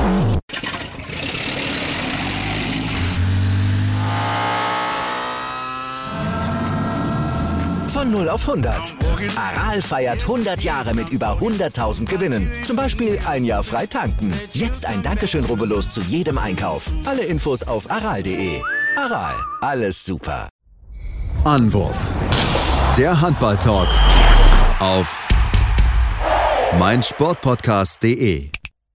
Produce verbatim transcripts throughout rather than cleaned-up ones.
Von null auf hundert. Aral feiert hundert Jahre mit über hunderttausend Gewinnen. Zum Beispiel ein Jahr frei tanken. Jetzt ein Dankeschön, rubbellos zu jedem Einkauf. Alle Infos auf aral punkt de. Aral, alles super. Anwurf. Der Handball-Talk auf meinsportpodcast punkt de.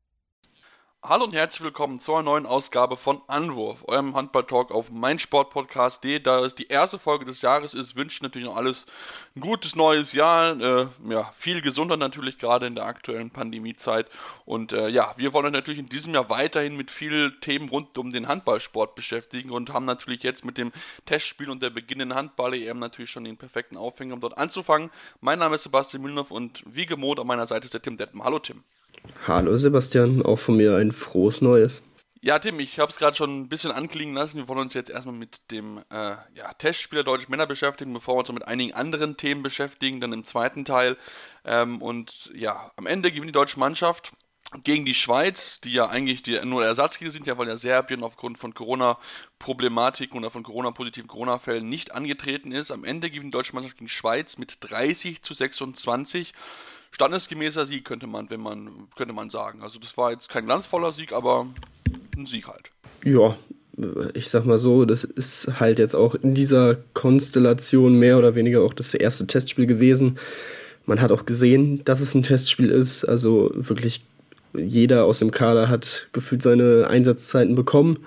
Hallo und herzlich willkommen zur neuen Ausgabe von Anwurf, eurem Handball-Talk auf meinsportpodcast punkt de. Da es die erste Folge des Jahres ist, wünsche ich natürlich noch alles ein gutes neues Jahr. Äh, ja, viel gesunder natürlich, gerade in der aktuellen Pandemiezeit. Und äh, ja, wir wollen uns natürlich in diesem Jahr weiterhin mit vielen Themen rund um den Handballsport beschäftigen und haben natürlich jetzt mit dem Testspiel und der beginnenden Handball-E M natürlich schon den perfekten Aufhänger, um dort anzufangen. Mein Name ist Sebastian Mühlenhoff und wie gewohnt an meiner Seite ist der Tim Detmer. Hallo Tim. Hallo Sebastian, auch von mir ein frohes Neues. Ja, Tim, ich habe es gerade schon ein bisschen anklingen lassen. Wir wollen uns jetzt erstmal mit dem äh, ja, Testspiel der deutschen Männer beschäftigen, bevor wir uns noch mit einigen anderen Themen beschäftigen, dann im zweiten Teil. Ähm, und ja, am Ende gewinnt die deutsche Mannschaft gegen die Schweiz, die ja eigentlich die, nur Ersatzgegner sind, ja, weil ja Serbien aufgrund von Corona-Problematiken oder von Corona-positiven Corona-Fällen nicht angetreten ist. Am Ende gewinnt die deutsche Mannschaft gegen die Schweiz mit dreißig zu sechsundzwanzig. Standesgemäßer Sieg, könnte man, wenn man, könnte man sagen. Also das war jetzt kein glanzvoller Sieg, aber ein Sieg halt. Ja, ich sag mal so, das ist halt jetzt auch in dieser Konstellation mehr oder weniger auch das erste Testspiel gewesen. Man hat auch gesehen, dass es ein Testspiel ist. Also wirklich jeder aus dem Kader hat gefühlt seine Einsatzzeiten bekommen.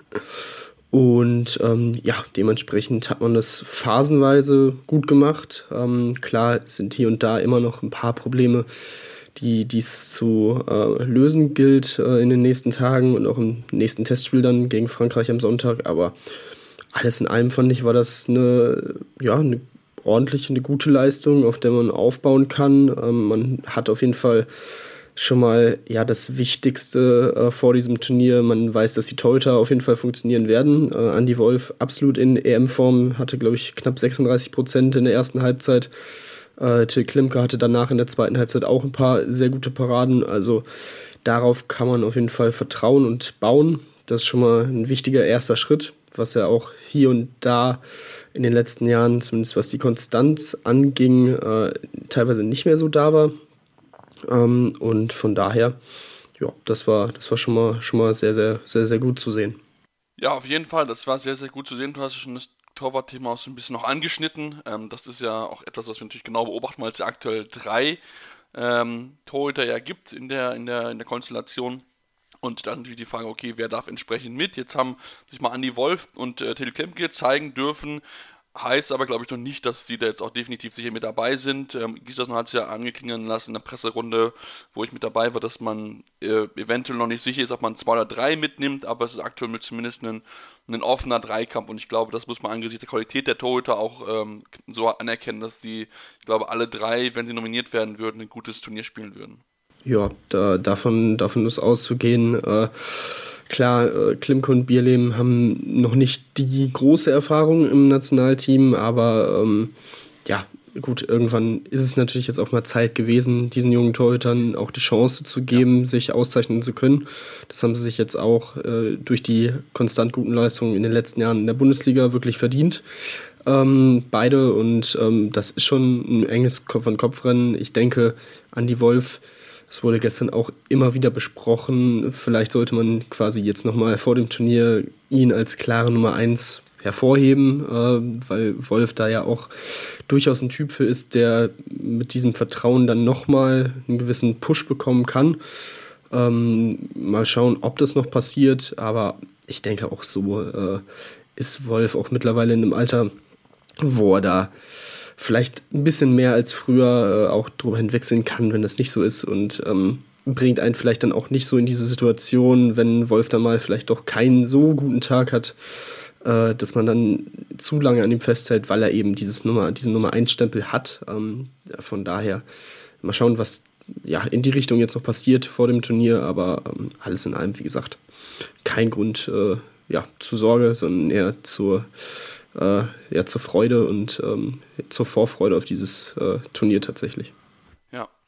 Und ähm, ja, dementsprechend hat man das phasenweise gut gemacht. Ähm, klar sind hier und da immer noch ein paar Probleme, die es zu äh, lösen gilt äh, in den nächsten Tagen und auch im nächsten Testspiel dann gegen Frankreich am Sonntag. Aber alles in allem fand ich, war das eine, ja, eine ordentliche, eine gute Leistung, auf der man aufbauen kann. Ähm, man hat auf jeden Fall schon mal ja das Wichtigste äh, vor diesem Turnier. Man weiß, dass die Torhüter auf jeden Fall funktionieren werden. Äh, Andi Wolf absolut in E M-Form, hatte, glaube ich, knapp sechsunddreißig Prozent in der ersten Halbzeit. Äh, Till Klimke hatte danach in der zweiten Halbzeit auch ein paar sehr gute Paraden. Also darauf kann man auf jeden Fall vertrauen und bauen. Das ist schon mal ein wichtiger erster Schritt, was ja auch hier und da in den letzten Jahren, zumindest was die Konstanz anging, äh, teilweise nicht mehr so da war. Um, und von daher, ja, das war, das war schon mal, schon mal sehr, sehr, sehr, sehr gut zu sehen. Ja, auf jeden Fall, das war sehr, sehr gut zu sehen. Du hast schon das Torwart-Thema auch so ein bisschen noch angeschnitten. Ähm, das ist ja auch etwas, was wir natürlich genau beobachten, weil es ja aktuell drei ähm, Torhüter ja gibt in der, in der, in der Konstellation. Und da ist natürlich die Frage, okay, wer darf entsprechend mit? Jetzt haben sich mal Andi Wolf und äh, Till Klimke zeigen dürfen. Heißt aber, glaube ich, noch nicht, dass die da jetzt auch definitiv sicher mit dabei sind. Ähm, Gislason hat es ja angeklingen lassen in der Presserunde, wo ich mit dabei war, dass man äh, eventuell noch nicht sicher ist, ob man zwei oder drei mitnimmt, aber es ist aktuell mit zumindest ein, ein offener Dreikampf und ich glaube, das muss man angesichts der Qualität der Torhüter auch ähm, so anerkennen, dass die, ich glaube, alle drei, wenn sie nominiert werden würden, ein gutes Turnier spielen würden. Ja, da, davon, davon ist auszugehen. Äh, klar, äh, Klimke und Bierlehm haben noch nicht die große Erfahrung im Nationalteam, aber ähm, ja, gut, irgendwann ist es natürlich jetzt auch mal Zeit gewesen, diesen jungen Torhütern auch die Chance zu geben, ja, sich auszeichnen zu können. Das haben sie sich jetzt auch äh, durch die konstant guten Leistungen in den letzten Jahren in der Bundesliga wirklich verdient. Ähm, beide und ähm, das ist schon ein enges Kopf-an-Kopf-Rennen. Ich denke, Andi Wolf, es wurde gestern auch immer wieder besprochen, vielleicht sollte man quasi jetzt nochmal vor dem Turnier ihn als klare Nummer eins hervorheben, äh, weil Wolf da ja auch durchaus ein Typ für ist, der mit diesem Vertrauen dann nochmal einen gewissen Push bekommen kann. Ähm, mal schauen, ob das noch passiert, aber ich denke auch so äh, ist Wolf auch mittlerweile in einem Alter, wo er da vielleicht ein bisschen mehr als früher äh, auch drüber hinwegsehen kann, wenn das nicht so ist und ähm, bringt einen vielleicht dann auch nicht so in diese Situation, wenn Wolf dann mal vielleicht doch keinen so guten Tag hat, äh, dass man dann zu lange an ihm festhält, weil er eben dieses Nummer, diesen Nummer eins Stempel hat. Ähm, ja, von daher mal schauen, was ja in die Richtung jetzt noch passiert vor dem Turnier, aber ähm, alles in allem, wie gesagt, kein Grund äh, ja, zur Sorge, sondern eher zur Äh, ja, zur Freude und ähm, zur Vorfreude auf dieses äh, Turnier tatsächlich. Ja,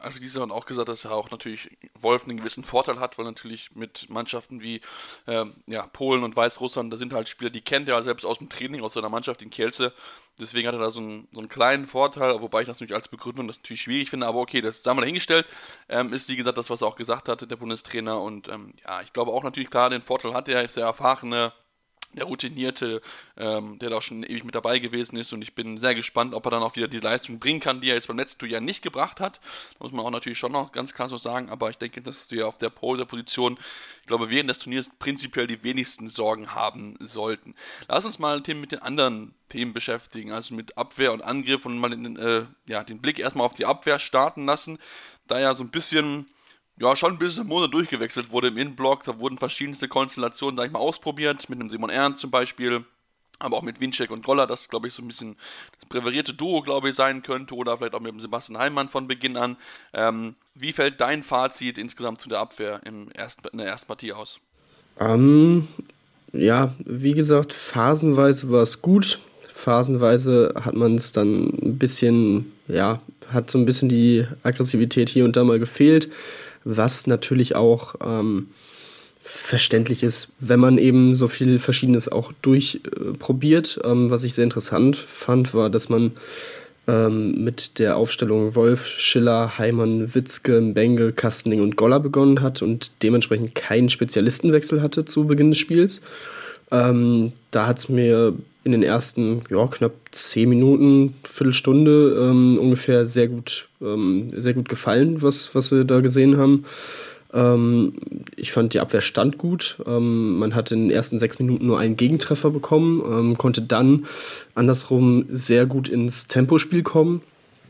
also diese haben auch gesagt, dass er auch natürlich Wolf einen gewissen Vorteil hat, weil natürlich mit Mannschaften wie ähm, ja, Polen und Weißrussland, da sind halt Spieler, die kennt er selbst aus dem Training, aus seiner Mannschaft in Kielce. Deswegen hat er da so einen, so einen kleinen Vorteil, wobei ich das natürlich als Begründung das natürlich schwierig finde, aber okay, das sei mal dahingestellt, ähm, ist wie gesagt das, was er auch gesagt hatte, der Bundestrainer. Und ähm, ja, ich glaube auch natürlich klar, den Vorteil hat er, ist der erfahrene, der Routinierte, ähm, der da auch schon ewig mit dabei gewesen ist, und ich bin sehr gespannt, ob er dann auch wieder die Leistung bringen kann, die er jetzt beim letzten Jahr nicht gebracht hat. Da muss man auch natürlich schon noch ganz klar so sagen, aber ich denke, dass wir auf der Pole-Position, ich glaube, während des Turniers prinzipiell die wenigsten Sorgen haben sollten. Lass uns mal Themen mit den anderen Themen beschäftigen, also mit Abwehr und Angriff, und mal den, äh, ja, den Blick erstmal auf die Abwehr starten lassen, da ja so ein bisschen ja, schon ein bisschen im Monat durchgewechselt wurde im Innenblock. Da wurden verschiedenste Konstellationen, sag ich mal, ausprobiert. Mit einem Simon Ernst zum Beispiel, aber auch mit Winczek und Goller, das, glaube ich, so ein bisschen das präferierte Duo, glaube ich, sein könnte. Oder vielleicht auch mit dem Sebastian Heimann von Beginn an. Ähm, wie fällt dein Fazit insgesamt zu der Abwehr im ersten, in der ersten Partie aus? Ähm, ja, wie gesagt, phasenweise war es gut. Phasenweise hat man es dann ein bisschen, ja, hat so ein bisschen die Aggressivität hier und da mal gefehlt. Was natürlich auch ähm, verständlich ist, wenn man eben so viel Verschiedenes auch durchprobiert. Äh, ähm, was ich sehr interessant fand, war, dass man ähm, mit der Aufstellung Wolf, Schiller, Heimann, Witzke, Benge, Kastening und Goller begonnen hat und dementsprechend keinen Spezialistenwechsel hatte zu Beginn des Spiels. Ähm, da hat es mir in den ersten ja, knapp zehn Minuten, Viertelstunde ähm, ungefähr sehr gut, ähm, sehr gut gefallen, was, was wir da gesehen haben. Ähm, ich fand, die Abwehr stand gut. Ähm, man hat in den ersten sechs Minuten nur einen Gegentreffer bekommen, ähm, konnte dann andersrum sehr gut ins Tempospiel kommen.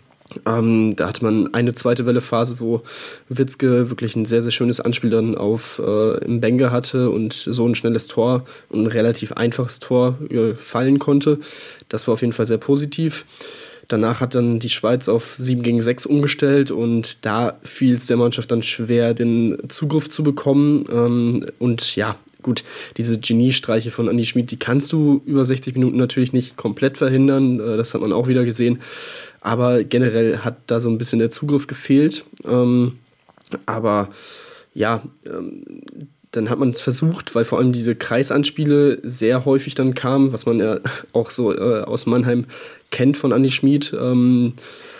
Ähm, da hatte man eine zweite Welle-Phase, wo Witzke wirklich ein sehr, sehr schönes Anspiel dann auf äh, Mbenge hatte und so ein schnelles Tor und ein relativ einfaches Tor äh, fallen konnte. Das war auf jeden Fall sehr positiv. Danach hat dann die Schweiz auf sieben gegen sechs umgestellt und da fiel es der Mannschaft dann schwer, den Zugriff zu bekommen. Ähm, und ja, gut, diese Geniestreiche von Andi Schmid, die kannst du über sechzig Minuten natürlich nicht komplett verhindern. Äh, das hat man auch wieder gesehen. Aber generell hat da so ein bisschen der Zugriff gefehlt. Ähm, aber ja, ähm, dann hat man es versucht, weil vor allem diese Kreisanspiele sehr häufig dann kamen, was man ja auch so äh, aus Mannheim kennt von Andi Schmid. Ähm,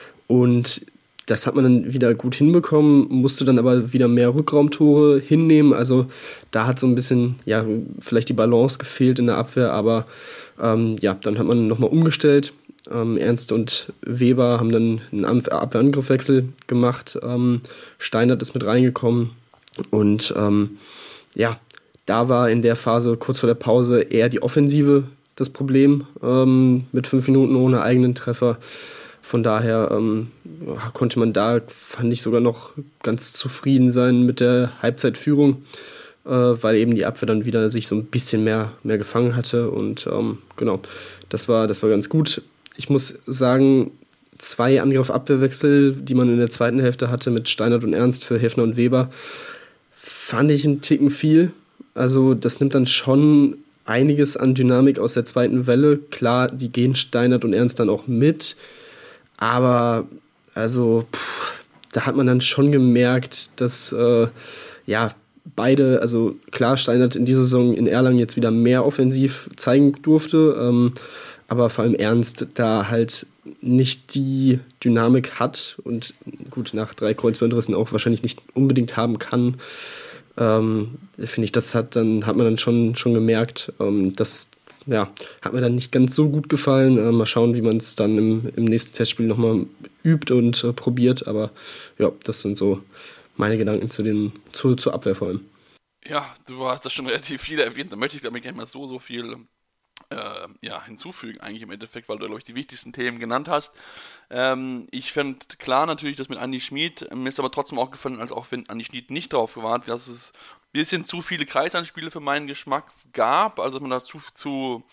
und das hat man dann wieder gut hinbekommen, musste dann aber wieder mehr Rückraumtore hinnehmen. Also da hat so ein bisschen, ja, vielleicht die Balance gefehlt in der Abwehr. Aber ähm, ja, dann hat man nochmal umgestellt. Ähm, Ernst und Weber haben dann einen Abwehrangriffwechsel gemacht. Ähm, Steinert ist mit reingekommen. Und ähm, ja, da war in der Phase kurz vor der Pause eher die Offensive das Problem, ähm, mit fünf Minuten ohne eigenen Treffer. Von daher ähm, konnte man da, fand ich, sogar noch ganz zufrieden sein mit der Halbzeitführung, äh, weil eben die Abwehr dann wieder sich so ein bisschen mehr, mehr gefangen hatte. Und ähm, genau, das war, das war ganz gut. Ich muss sagen, zwei Angriff-Abwehrwechsel, die man in der zweiten Hälfte hatte mit Steinert und Ernst für Häfner und Weber, fand ich einen Ticken viel. Also das nimmt dann schon einiges an Dynamik aus der zweiten Welle. Klar, die gehen Steinert und Ernst dann auch mit. Aber also pff, da hat man dann schon gemerkt, dass äh, ja beide, also klar, Steinert in dieser Saison in Erlangen jetzt wieder mehr offensiv zeigen durfte, ähm, aber vor allem Ernst da halt nicht die Dynamik hat und gut, nach drei Kreuzbandrissen auch wahrscheinlich nicht unbedingt haben kann. Ähm, finde ich, das hat dann hat man dann schon schon gemerkt, ähm, das ja, hat mir dann nicht ganz so gut gefallen. Äh, mal schauen, wie man es dann im, im nächsten Testspiel nochmal übt und äh, probiert. Aber ja, das sind so meine Gedanken zu den, zu, zur Abwehr vor allem. Ja, du hast da schon relativ viel erwähnt. Da möchte ich, glaube ich, gar nicht mal so, so viel äh, ja, hinzufügen, eigentlich im Endeffekt, weil du, glaube ich, die wichtigsten Themen genannt hast. Ähm, ich fände klar natürlich das mit Andi Schmid. Mir ist aber trotzdem auch gefallen, als auch wenn Andi Schmid nicht darauf gewartet, dass es ein bisschen zu viele Kreisanspiele für meinen Geschmack gab, also dass man da zu, zu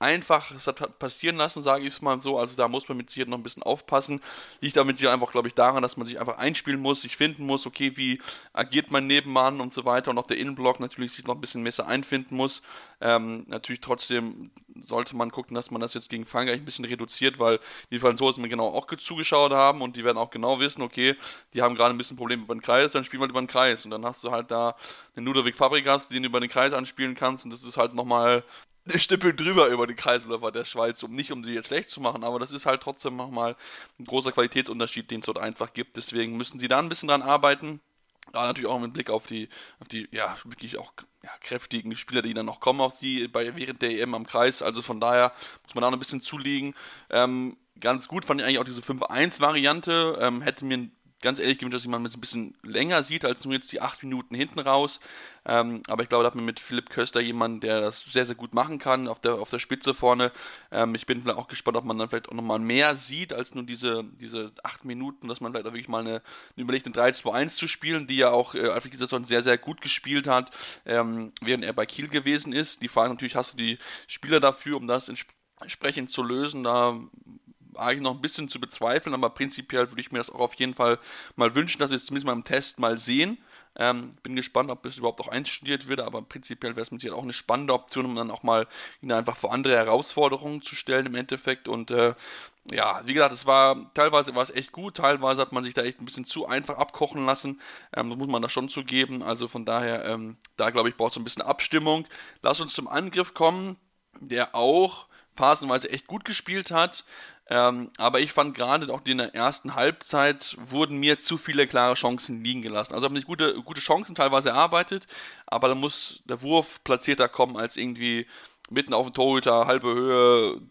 einfach es hat passieren lassen, sage ich es mal so. Also da muss man mit Sicherheit noch ein bisschen aufpassen. Liegt aber mit Sicherheit einfach, glaube ich, daran, dass man sich einfach einspielen muss, sich finden muss, okay, wie agiert mein Nebenmann und so weiter. Und auch der Innenblock natürlich sich noch ein bisschen besser einfinden muss. Ähm, natürlich trotzdem sollte man gucken, dass man das jetzt gegen Frankreich ein bisschen reduziert, weil die Franzosen mir genau auch zugeschaut haben und die werden auch genau wissen, okay, die haben gerade ein bisschen Probleme über den Kreis, dann spielen wir über den Kreis. Und dann hast du halt da den Ludovic Fabregas, den du über den Kreis anspielen kannst, und das ist halt nochmal eine Stippel drüber über die Kreisläufer der Schweiz, um nicht um sie jetzt schlecht zu machen, aber das ist halt trotzdem nochmal ein großer Qualitätsunterschied, den es dort einfach gibt. Deswegen müssen sie da ein bisschen dran arbeiten. Da natürlich auch mit Blick auf die, auf die ja, wirklich auch ja, kräftigen Spieler, die dann noch kommen auf die bei, während der E M am Kreis. Also von daher muss man da noch ein bisschen zulegen. Ähm, ganz gut fand ich eigentlich auch diese fünf eins Variante. Ähm, hätte mir ganz ehrlich gewünscht, dass man es ein bisschen länger sieht, als nur jetzt die acht Minuten hinten raus. Ähm, aber ich glaube, da hat man mit Philipp Köster jemanden, der das sehr, sehr gut machen kann, auf der, auf der Spitze vorne. Ähm, ich bin vielleicht auch gespannt, ob man dann vielleicht auch nochmal mehr sieht, als nur diese, diese acht Minuten, dass man vielleicht auch wirklich mal eine, eine überlegt, eine drei zwei eins zu spielen, die ja auch äh, Alfred Gislason sehr, sehr gut gespielt hat, ähm, während er bei Kiel gewesen ist. Die Frage natürlich, hast du die Spieler dafür, um das entsprechend zu lösen, da eigentlich noch ein bisschen zu bezweifeln, aber prinzipiell würde ich mir das auch auf jeden Fall mal wünschen, dass wir es zumindest mal im Test mal sehen. Ähm, bin gespannt, ob das überhaupt auch einstudiert wird, aber prinzipiell wäre es mit Sicherheit auch eine spannende Option, um dann auch mal ihn einfach vor andere Herausforderungen zu stellen im Endeffekt. Und äh, ja, wie gesagt, es war teilweise war es echt gut, teilweise hat man sich da echt ein bisschen zu einfach abkochen lassen. Ähm, das muss man da schon zugeben. Also von daher, ähm, da glaube ich, braucht es so ein bisschen Abstimmung. Lass uns zum Angriff kommen, der auch phasenweise echt gut gespielt hat. Ähm, aber ich fand gerade auch in der ersten Halbzeit wurden mir zu viele klare Chancen liegen gelassen. Also haben sich gute, gute Chancen teilweise erarbeitet, aber da muss der Wurf platzierter kommen als irgendwie mitten auf den Torhüter, halbe Höhe,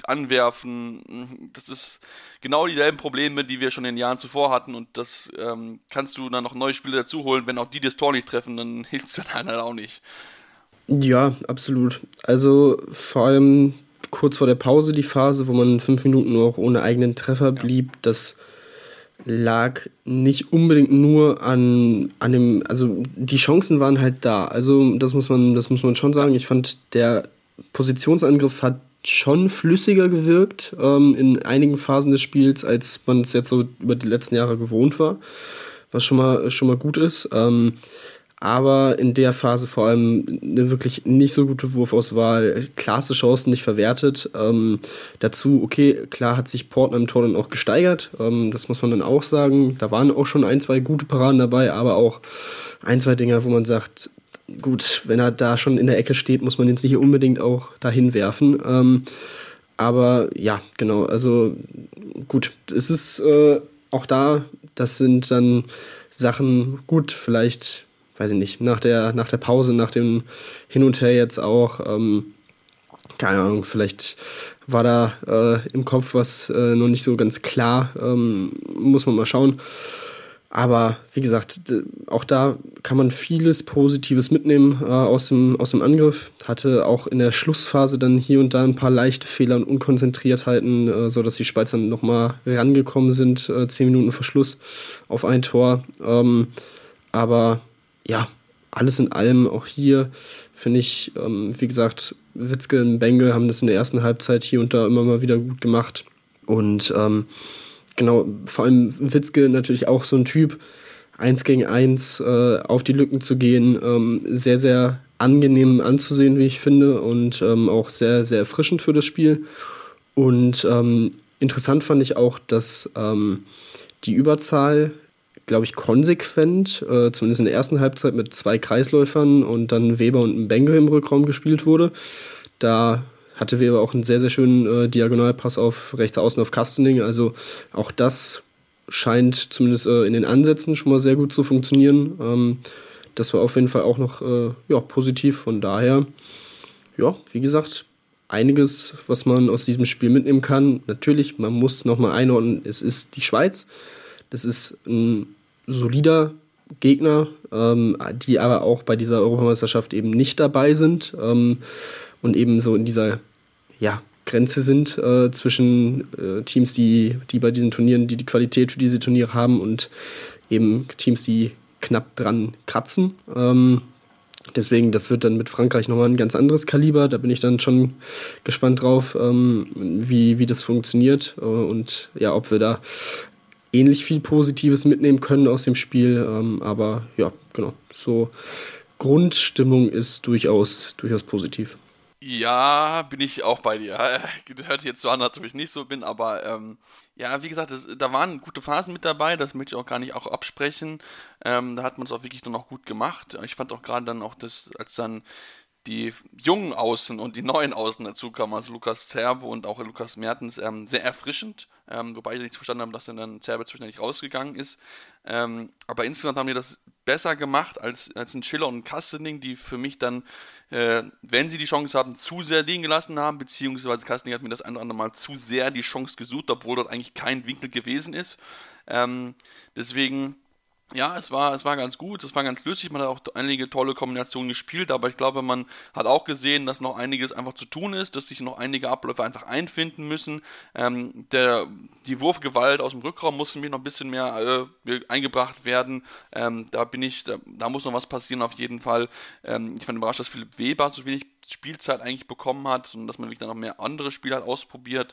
anwerfen. Das ist genau dieselben Probleme, die wir schon in den Jahren zuvor hatten, und das ähm, kannst du dann noch neue Spieler dazu holen. Wenn auch die das Tor nicht treffen, dann hilft es dann halt auch nicht. Ja, absolut. Also vor allem kurz vor der Pause die Phase, wo man fünf Minuten nur auch ohne eigenen Treffer blieb, das lag nicht unbedingt nur an, an dem, also die Chancen waren halt da. Also das muss man, das muss man schon sagen. Ich fand, der Positionsangriff hat schon flüssiger gewirkt ähm, in einigen Phasen des Spiels, als man es jetzt so über die letzten Jahre gewohnt war, was schon mal, schon mal gut ist. Ähm, aber in der Phase vor allem eine wirklich nicht so gute Wurfauswahl, klasse Chancen nicht verwertet. Ähm, dazu, okay, klar hat sich Portner im Tor dann auch gesteigert, ähm, das muss man dann auch sagen. Da waren auch schon ein, zwei gute Paraden dabei, aber auch ein, zwei Dinger, wo man sagt, gut, wenn er da schon in der Ecke steht, muss man den nicht unbedingt auch dahin werfen. Ähm, aber ja, genau, also gut, es ist äh, auch da, das sind dann Sachen, gut, vielleicht weiß ich nicht, nach der, nach der Pause, nach dem Hin und Her jetzt auch, ähm, keine Ahnung, vielleicht war da äh, im Kopf was äh, noch nicht so ganz klar, ähm, muss man mal schauen. Aber wie gesagt, auch da kann man vieles Positives mitnehmen äh, aus dem, aus dem Angriff. Hatte auch in der Schlussphase dann hier und da ein paar leichte Fehler und Unkonzentriertheiten, äh, sodass die Schweizer nochmal rangekommen sind, äh, zehn Minuten vor Schluss auf ein Tor. Ähm, aber ja, alles in allem, auch hier finde ich, ähm, wie gesagt, Witzke und Bengel haben das in der ersten Halbzeit hier und da immer mal wieder gut gemacht. Und ähm, genau, vor allem Witzke natürlich auch so ein Typ, eins gegen eins äh, auf die Lücken zu gehen, ähm, sehr, sehr angenehm anzusehen, wie ich finde, und ähm, auch sehr, sehr erfrischend für das Spiel. Und ähm, interessant fand ich auch, dass ähm, die Überzahl, glaube ich, konsequent, äh, zumindest in der ersten Halbzeit mit zwei Kreisläufern und dann Weber und Bengel im Rückraum gespielt wurde. Da hatte Weber auch einen sehr, sehr schönen äh, Diagonalpass auf rechts außen auf Kastening. Also auch das scheint zumindest äh, in den Ansätzen schon mal sehr gut zu funktionieren. Ähm, das war auf jeden Fall auch noch äh, ja, positiv. Von daher, ja, wie gesagt, einiges, was man aus diesem Spiel mitnehmen kann. Natürlich, man muss nochmal einordnen, es ist die Schweiz. Das ist ein solider Gegner, ähm, die aber auch bei dieser Europameisterschaft eben nicht dabei sind ähm, und eben so in dieser ja, Grenze sind äh, zwischen äh, Teams, die, die bei diesen Turnieren, die die Qualität für diese Turniere haben, und eben Teams, die knapp dran kratzen. Ähm, Deswegen, das wird dann mit Frankreich nochmal ein ganz anderes Kaliber. Da bin ich dann schon gespannt drauf, ähm, wie, wie das funktioniert äh, und ja, ob wir da ähnlich viel Positives mitnehmen können aus dem Spiel. Ähm, aber ja, genau, so Grundstimmung ist durchaus, durchaus positiv. Ja, bin ich auch bei dir. Hört jetzt so an, als ob ich nicht so bin, aber ähm, ja, wie gesagt, das, da waren gute Phasen mit dabei, das möchte ich auch gar nicht auch absprechen. Ähm, da hat man es auch wirklich dann auch gut gemacht. Ich fand auch gerade dann auch das, als dann die jungen Außen und die neuen Außen dazu kamen, also Lukas Zerbe und auch Lukas Mertens, ähm, sehr erfrischend. Ähm, wobei ich nicht verstanden habe, dass dann Zerbe zwischendurch rausgegangen ist. Ähm, aber insgesamt haben die das besser gemacht als, als ein Schiller und ein Kastening, die für mich dann, äh, wenn sie die Chance hatten, zu sehr liegen gelassen haben, beziehungsweise Kastening hat mir das ein oder andere Mal zu sehr die Chance gesucht, obwohl dort eigentlich kein Winkel gewesen ist. Ähm, deswegen... Ja, es war, es war ganz gut, es war ganz lustig, man hat auch einige tolle Kombinationen gespielt, aber ich glaube, man hat auch gesehen, dass noch einiges einfach zu tun ist, dass sich noch einige Abläufe einfach einfinden müssen. Ähm, der, die Wurfgewalt aus dem Rückraum muss mir noch ein bisschen mehr äh, eingebracht werden. Ähm, da bin ich, da, da muss noch was passieren auf jeden Fall. Ähm, ich fand überrascht, dass Philipp Weber so wenig Spielzeit eigentlich bekommen hat und dass man wirklich dann noch mehr andere Spieler hat ausprobiert.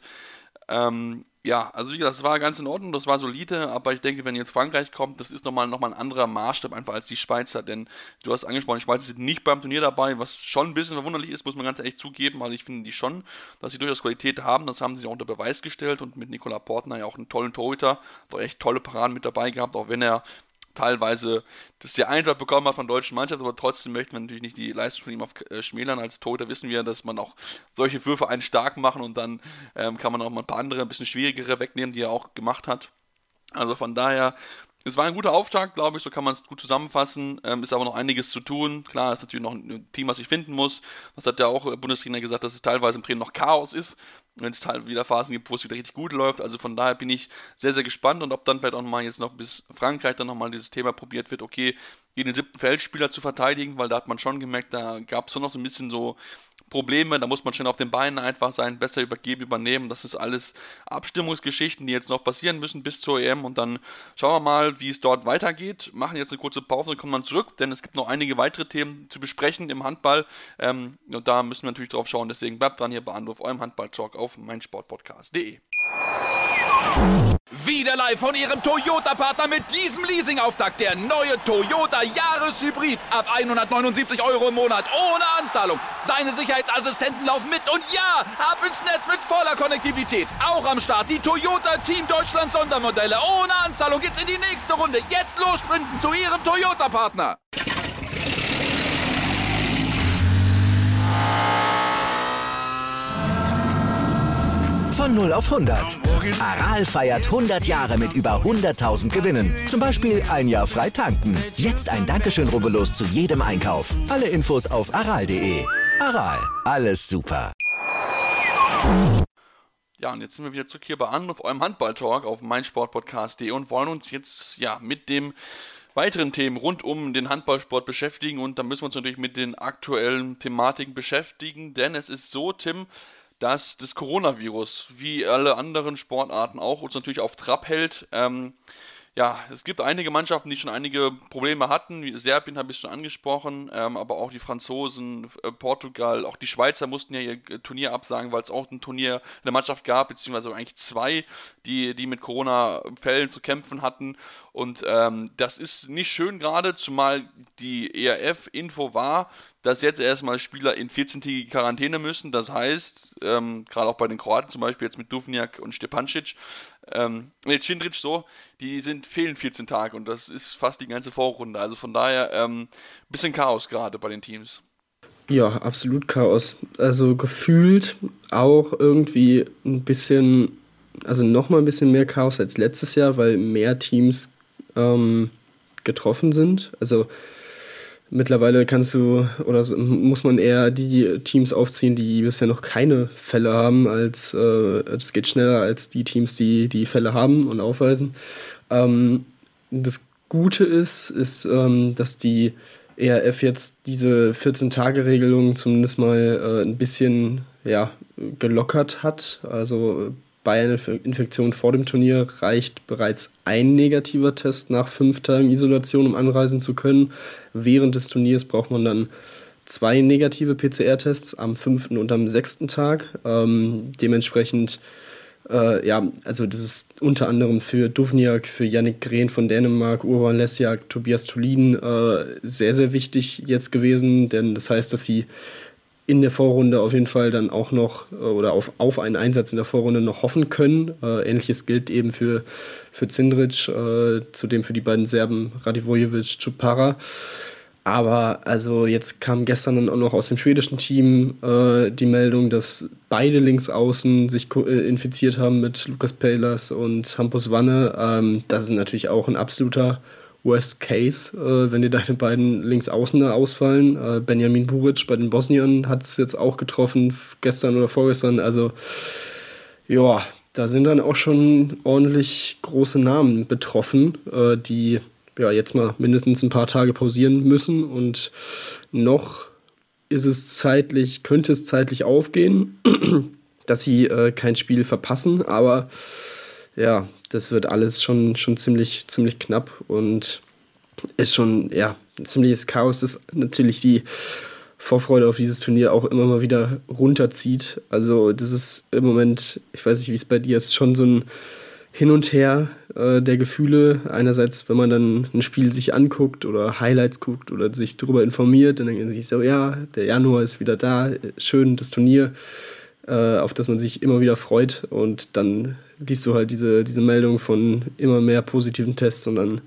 Ähm, ja, also wie gesagt, das war ganz in Ordnung, das war solide, aber ich denke, wenn jetzt Frankreich kommt, das ist nochmal noch mal ein anderer Maßstab einfach als die Schweizer, denn du hast angesprochen, die Schweizer sind nicht beim Turnier dabei, was schon ein bisschen verwunderlich ist, muss man ganz ehrlich zugeben, also ich finde die schon, dass sie durchaus Qualität haben, das haben sie auch unter Beweis gestellt und mit Nicolas Portner ja auch einen tollen Torhüter, doch echt tolle Paraden mit dabei gehabt, auch wenn er teilweise das sehr einfach bekommen hat von der deutschen Mannschaft, aber trotzdem möchten wir natürlich nicht die Leistung von ihm auf äh, schmälern. Als Torhüter wissen wir, dass man auch solche Würfe einen stark machen und dann ähm, kann man auch mal ein paar andere, ein bisschen schwierigere wegnehmen, die er auch gemacht hat. Also von daher, es war ein guter Auftakt, glaube ich, so kann man es gut zusammenfassen. Ähm, ist aber noch einiges zu tun. Klar, ist natürlich noch ein Team, was sich finden muss. Das hat ja auch der Bundestrainer gesagt, dass es teilweise im Training noch Chaos ist, wenn es teilweise wieder Phasen gibt, wo es wieder richtig gut läuft. Also von daher bin ich sehr, sehr gespannt und ob dann vielleicht auch nochmal jetzt noch bis Frankreich dann nochmal dieses Thema probiert wird, okay, den siebten Feldspieler zu verteidigen, weil da hat man schon gemerkt, da gab es schon noch so ein bisschen so Probleme, da muss man schnell auf den Beinen einfach sein, besser übergeben, übernehmen. Das ist alles Abstimmungsgeschichten, die jetzt noch passieren müssen bis zur E M und dann schauen wir mal, wie es dort weitergeht. Machen jetzt eine kurze Pause und kommen dann zurück, denn es gibt noch einige weitere Themen zu besprechen im Handball ähm, und da müssen wir natürlich drauf schauen. Deswegen bleibt dran hier bei Anruf, eurem Handball-Talk auf meinsportpodcast punkt de. Wieder live von Ihrem Toyota-Partner mit diesem Leasing-Auftakt. Der neue Toyota Jahreshybrid. Ab hundertneunundsiebzig Euro im Monat. Ohne Anzahlung. Seine Sicherheitsassistenten laufen mit. Und ja, ab ins Netz mit voller Konnektivität. Auch am Start die Toyota Team Deutschland Sondermodelle. Ohne Anzahlung geht's in die nächste Runde. Jetzt los sprinten zu Ihrem Toyota-Partner. Von null auf hundert. Aral feiert hundert Jahre mit über hunderttausend Gewinnen. Zum Beispiel ein Jahr frei tanken. Jetzt ein Dankeschön, rubbellos zu jedem Einkauf. Alle Infos auf aral punkt de. Aral, alles super. Ja, und jetzt sind wir wieder zurück hier bei Anruf, eurem Handball-Talk auf meinsportpodcast punkt de und wollen uns jetzt ja mit dem weiteren Themen rund um den Handballsport beschäftigen. Und da müssen wir uns natürlich mit den aktuellen Thematiken beschäftigen, denn es ist so, Tim, dass das Coronavirus, wie alle anderen Sportarten auch, uns natürlich auf Trab hält. Ähm, ja, es gibt einige Mannschaften, die schon einige Probleme hatten. Wie Serbien habe ich schon angesprochen, ähm, aber auch die Franzosen, äh, Portugal, auch die Schweizer mussten ja ihr Turnier absagen, weil es auch ein Turnier in der Mannschaft gab, beziehungsweise eigentlich zwei, die, die mit Corona-Fällen zu kämpfen hatten. Und ähm, das ist nicht schön gerade, zumal die E R F-Info war, dass jetzt erstmal Spieler in vierzehntägige Quarantäne müssen. Das heißt, ähm, gerade auch bei den Kroaten zum Beispiel, jetzt mit Duvnjak und Stepancic, ähm, nee, Cindric so, die sind, fehlen vierzehn Tage und das ist fast die ganze Vorrunde. Also von daher ein ähm, bisschen Chaos gerade bei den Teams. Ja, absolut Chaos. Also gefühlt auch irgendwie ein bisschen, also nochmal ein bisschen mehr Chaos als letztes Jahr, weil mehr Teams ähm, getroffen sind. Also mittlerweile kannst du, oder so, muss man eher die Teams aufziehen, die bisher noch keine Fälle haben, als äh, das geht schneller als die Teams, die die Fälle haben und aufweisen. Ähm, das Gute ist, ist, ähm, dass die E R F jetzt diese vierzehn-Tage-Regelung zumindest mal äh, ein bisschen ja, gelockert hat. Also bei einer Infektion vor dem Turnier reicht bereits ein negativer Test nach fünf Tagen Isolation, um anreisen zu können. Während des Turniers braucht man dann zwei negative P C R-Tests am fünften und am sechsten Tag. Ähm, dementsprechend, äh, ja, also das ist unter anderem für Duvniak, für Yannick Green von Dänemark, Urban Lesjak, Tobias Thulin äh, sehr, sehr wichtig jetzt gewesen, denn das heißt, dass sie in der Vorrunde auf jeden Fall dann auch noch oder auf, auf einen Einsatz in der Vorrunde noch hoffen können. Äh, Ähnliches gilt eben für, für Cindric, äh, zudem für die beiden Serben Radivojevic, Čupara. Aber also jetzt kam gestern dann auch noch aus dem schwedischen Team äh, die Meldung, dass beide Linksaußen sich ko- äh, infiziert haben mit Lukas Pejlas und Hampus Wanne. Ähm, das ist natürlich auch ein absoluter Worst Case, äh, wenn dir deine beiden Linksaußen da ausfallen. Äh, Benjamin Buric bei den Bosniern hat es jetzt auch getroffen, gestern oder vorgestern. Also ja, da sind dann auch schon ordentlich große Namen betroffen, äh, die ja jetzt mal mindestens ein paar Tage pausieren müssen. Und noch ist es zeitlich, könnte es zeitlich aufgehen, dass sie äh, kein Spiel verpassen, aber ja, das wird alles schon, schon ziemlich, ziemlich knapp und ist schon, ja, ein ziemliches Chaos, das natürlich die Vorfreude auf dieses Turnier auch immer mal wieder runterzieht. Also das ist im Moment, ich weiß nicht, wie es bei dir ist, schon so ein Hin und Her äh, der Gefühle. Einerseits, wenn man dann ein Spiel sich anguckt oder Highlights guckt oder sich darüber informiert, dann denkt man sich so, ja, der Januar ist wieder da, schön, das Turnier, äh, auf das man sich immer wieder freut, und dann liest du halt diese, diese Meldung von immer mehr positiven Tests und dann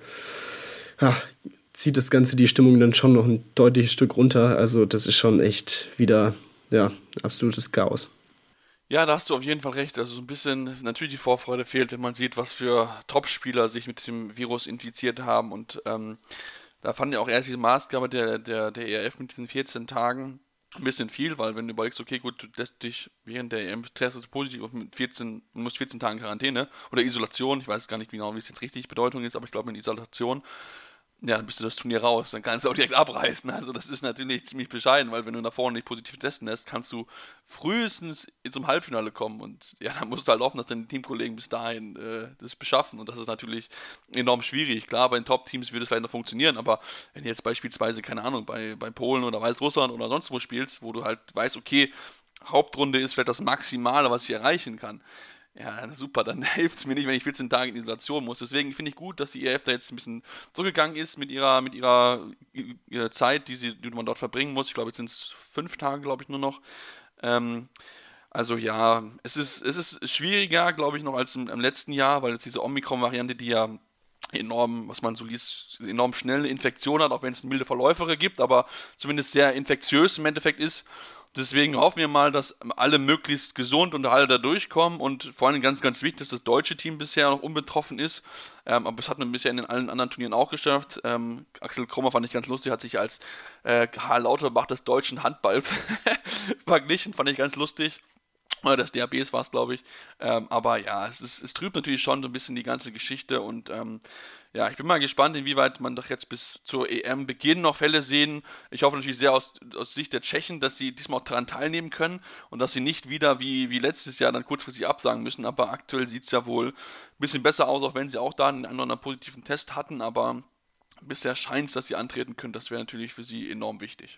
ja, zieht das Ganze die Stimmung dann schon noch ein deutliches Stück runter. Also das ist schon echt wieder, ja, absolutes Chaos. Ja, da hast du auf jeden Fall recht. Also so ein bisschen natürlich die Vorfreude fehlt, wenn man sieht, was für Topspieler sich mit dem Virus infiziert haben. Und ähm, da fand ich auch erst diese Maßgabe der, der, der E R F mit diesen vierzehn Tagen ein bisschen viel, weil wenn du überlegst, okay, gut, du lässt dich während der E M testest positiv auf mit vierzehn, du musst vierzehn Tage Quarantäne oder Isolation, ich weiß gar nicht genau, wie es jetzt richtig Bedeutung ist, aber ich glaube in Isolation, ja, dann bist du das Turnier raus, dann kannst du auch direkt abreißen. Also das ist natürlich ziemlich bescheiden, weil wenn du da vorne nicht positiv testen lässt, kannst du frühestens zum Halbfinale kommen und ja, dann musst du halt hoffen, dass deine Teamkollegen bis dahin äh, das beschaffen, und das ist natürlich enorm schwierig. Klar, bei den Top-Teams wird es vielleicht noch funktionieren, aber wenn du jetzt beispielsweise, keine Ahnung, bei, bei Polen oder Weißrussland oder sonst wo spielst, wo du halt weißt, okay, Hauptrunde ist vielleicht das Maximale, was ich erreichen kann, ja, super, dann hilft es mir nicht, wenn ich vierzehn Tage in Isolation muss. Deswegen finde ich gut, dass die E R F da jetzt ein bisschen zurückgegangen ist mit ihrer, mit ihrer, ihrer Zeit, die, sie, die man dort verbringen muss. Ich glaube, jetzt sind es fünf Tage, glaube ich, nur noch. Ähm, also ja, es ist, es ist schwieriger, glaube ich, noch als im, im letzten Jahr, weil jetzt diese Omikron-Variante, die ja enorm, was man so liest, enorm schnell eine Infektion hat, auch wenn es milde Verläufere gibt, aber zumindest sehr infektiös im Endeffekt ist. Deswegen hoffen wir mal, dass alle möglichst gesund und alle da durchkommen, und vor allem ganz, ganz wichtig, dass das deutsche Team bisher noch unbetroffen ist, ähm, aber es hat man bisher in den allen anderen Turnieren auch geschafft. Ähm, Axel Krummer fand ich ganz lustig, hat sich als äh, Karl Lauterbach des deutschen Handballs verglichen, fand ich ganz lustig. Oder des D H Bs war es, glaube ich. Ähm, aber ja, es, ist, es trübt natürlich schon so ein bisschen die ganze Geschichte, und ähm, ja, ich bin mal gespannt, inwieweit man doch jetzt bis zur E M-Beginn noch Fälle sehen. Ich hoffe natürlich sehr aus, aus Sicht der Tschechen, dass sie diesmal auch daran teilnehmen können und dass sie nicht wieder wie, wie letztes Jahr dann kurzfristig absagen müssen. Aber aktuell sieht es ja wohl ein bisschen besser aus, auch wenn sie auch da einen anderen positiven Test hatten. Aber bisher scheint es, dass sie antreten können. Das wäre natürlich für sie enorm wichtig.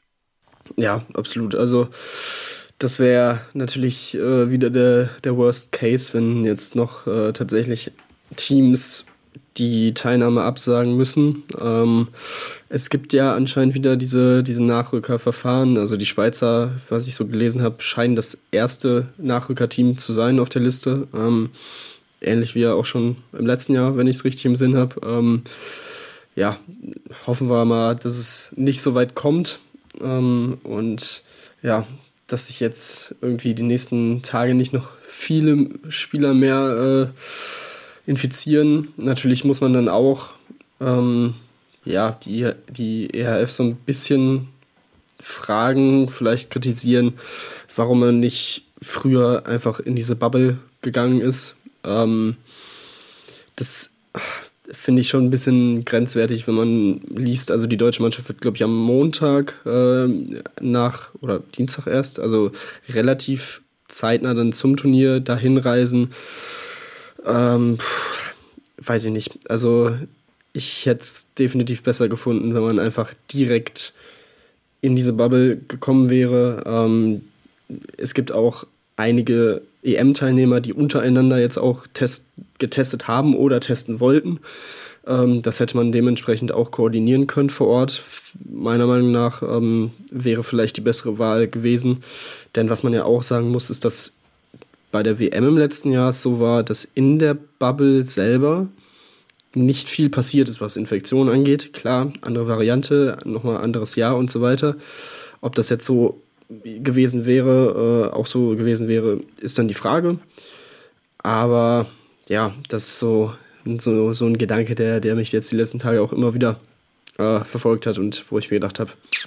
Ja, absolut. Also das wäre natürlich äh, wieder der, der Worst Case, wenn jetzt noch äh, tatsächlich Teams die Teilnahme absagen müssen. Ähm, es gibt ja anscheinend wieder diese, diese Nachrückerverfahren. Also die Schweizer, was ich so gelesen habe, scheinen das erste Nachrückerteam zu sein auf der Liste. Ähm, ähnlich wie ja auch schon im letzten Jahr, wenn ich es richtig im Sinn habe. Ähm, ja, hoffen wir mal, dass es nicht so weit kommt. Ähm, und ja, dass sich jetzt irgendwie die nächsten Tage nicht noch viele Spieler mehr äh, infizieren. Natürlich muss man dann auch ähm, ja, die, die E H F so ein bisschen fragen, vielleicht kritisieren, warum man nicht früher einfach in diese Bubble gegangen ist. Ähm, das finde ich schon ein bisschen grenzwertig, wenn man liest, also die deutsche Mannschaft wird, glaube ich, am Montag äh, nach, oder Dienstag erst, also relativ zeitnah dann zum Turnier dahin reisen. Ähm, weiß ich nicht. Also ich hätte es definitiv besser gefunden, wenn man einfach direkt in diese Bubble gekommen wäre. Ähm, es gibt auch einige E M-Teilnehmer, die untereinander jetzt auch test- getestet haben oder testen wollten. Ähm, das hätte man dementsprechend auch koordinieren können vor Ort. Meiner Meinung nach ähm, wäre vielleicht die bessere Wahl gewesen. Denn was man ja auch sagen muss, ist, dass bei der W M im letzten Jahr es so war, dass in der Bubble selber nicht viel passiert ist, was Infektionen angeht. Klar, andere Variante, nochmal anderes Jahr und so weiter. Ob das jetzt so gewesen wäre, äh, auch so gewesen wäre, ist dann die Frage. Aber ja, das ist so, so, so ein Gedanke, der, der mich jetzt die letzten Tage auch immer wieder äh, verfolgt hat und wo ich mir gedacht habe,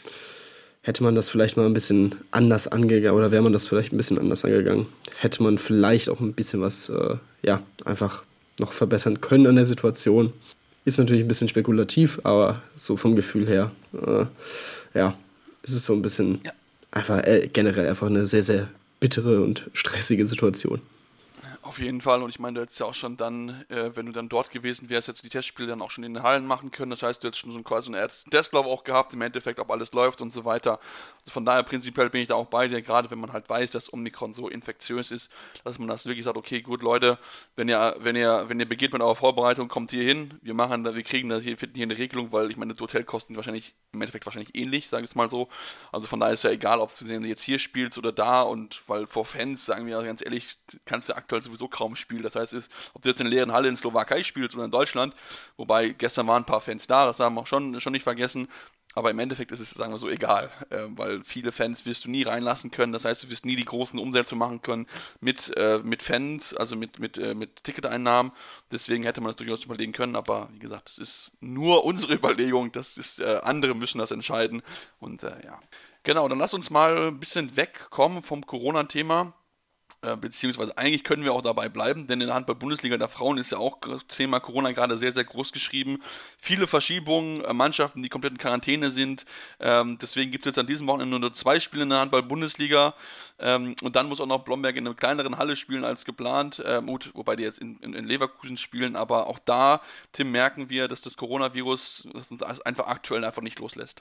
hätte man das vielleicht mal ein bisschen anders angegangen oder wäre man das vielleicht ein bisschen anders angegangen, hätte man vielleicht auch ein bisschen was, äh, ja, einfach noch verbessern können an der Situation. Ist natürlich ein bisschen spekulativ, aber so vom Gefühl her, äh, ja, ist es so ein bisschen ja. einfach äh, generell einfach eine sehr, sehr bittere und stressige Situation. Auf jeden Fall, und ich meine, du hättest ja auch schon dann, äh, wenn du dann dort gewesen wärst, jetzt die Testspiele dann auch schon in den Hallen machen können. Das heißt, du hättest schon so quasi einen ersten Testlauf auch gehabt, im Endeffekt, ob alles läuft und so weiter. Also von daher prinzipiell bin ich da auch bei dir, gerade wenn man halt weiß, dass Omikron so infektiös ist, dass man das wirklich sagt, okay, gut, Leute, wenn ihr, wenn ihr, wenn ihr begeht mit eurer Vorbereitung, kommt hier hin, wir machen da, wir kriegen da hier, finden hier eine Regelung, weil ich meine, die Hotelkosten wahrscheinlich, im Endeffekt wahrscheinlich ähnlich, sage ich es mal so. Also von daher ist ja egal, ob du jetzt hier spielst oder da, und weil vor Fans, sagen wir ganz ehrlich, kannst du aktuell sowieso kaum spielen. Das heißt, ist, ob du jetzt in der leeren Halle in Slowakei spielst oder in Deutschland, wobei gestern waren ein paar Fans da, das haben wir auch schon, schon nicht vergessen, aber im Endeffekt ist es, sagen wir so, egal, äh, weil viele Fans wirst du nie reinlassen können, das heißt, du wirst nie die großen Umsätze machen können mit, äh, mit Fans, also mit, mit, äh, mit Ticketeinnahmen, deswegen hätte man das durchaus überlegen können, aber wie gesagt, das ist nur unsere Überlegung, das ist, äh, andere müssen das entscheiden und äh, ja. Genau, dann lass uns mal ein bisschen wegkommen vom Corona-Thema. Beziehungsweise eigentlich können wir auch dabei bleiben, denn in der Handball-Bundesliga der Frauen ist ja auch das Thema Corona gerade sehr, sehr groß geschrieben. Viele Verschiebungen, Mannschaften, die komplett in Quarantäne sind. Ähm, deswegen gibt es jetzt an diesem Wochenende nur zwei Spiele in der Handball-Bundesliga. Ähm, und dann muss auch noch Blomberg in einer kleineren Halle spielen als geplant. Ähm, gut, wobei die jetzt in, in, in Leverkusen spielen. Aber auch da, Tim, merken wir, dass das Coronavirus das uns einfach aktuell einfach nicht loslässt.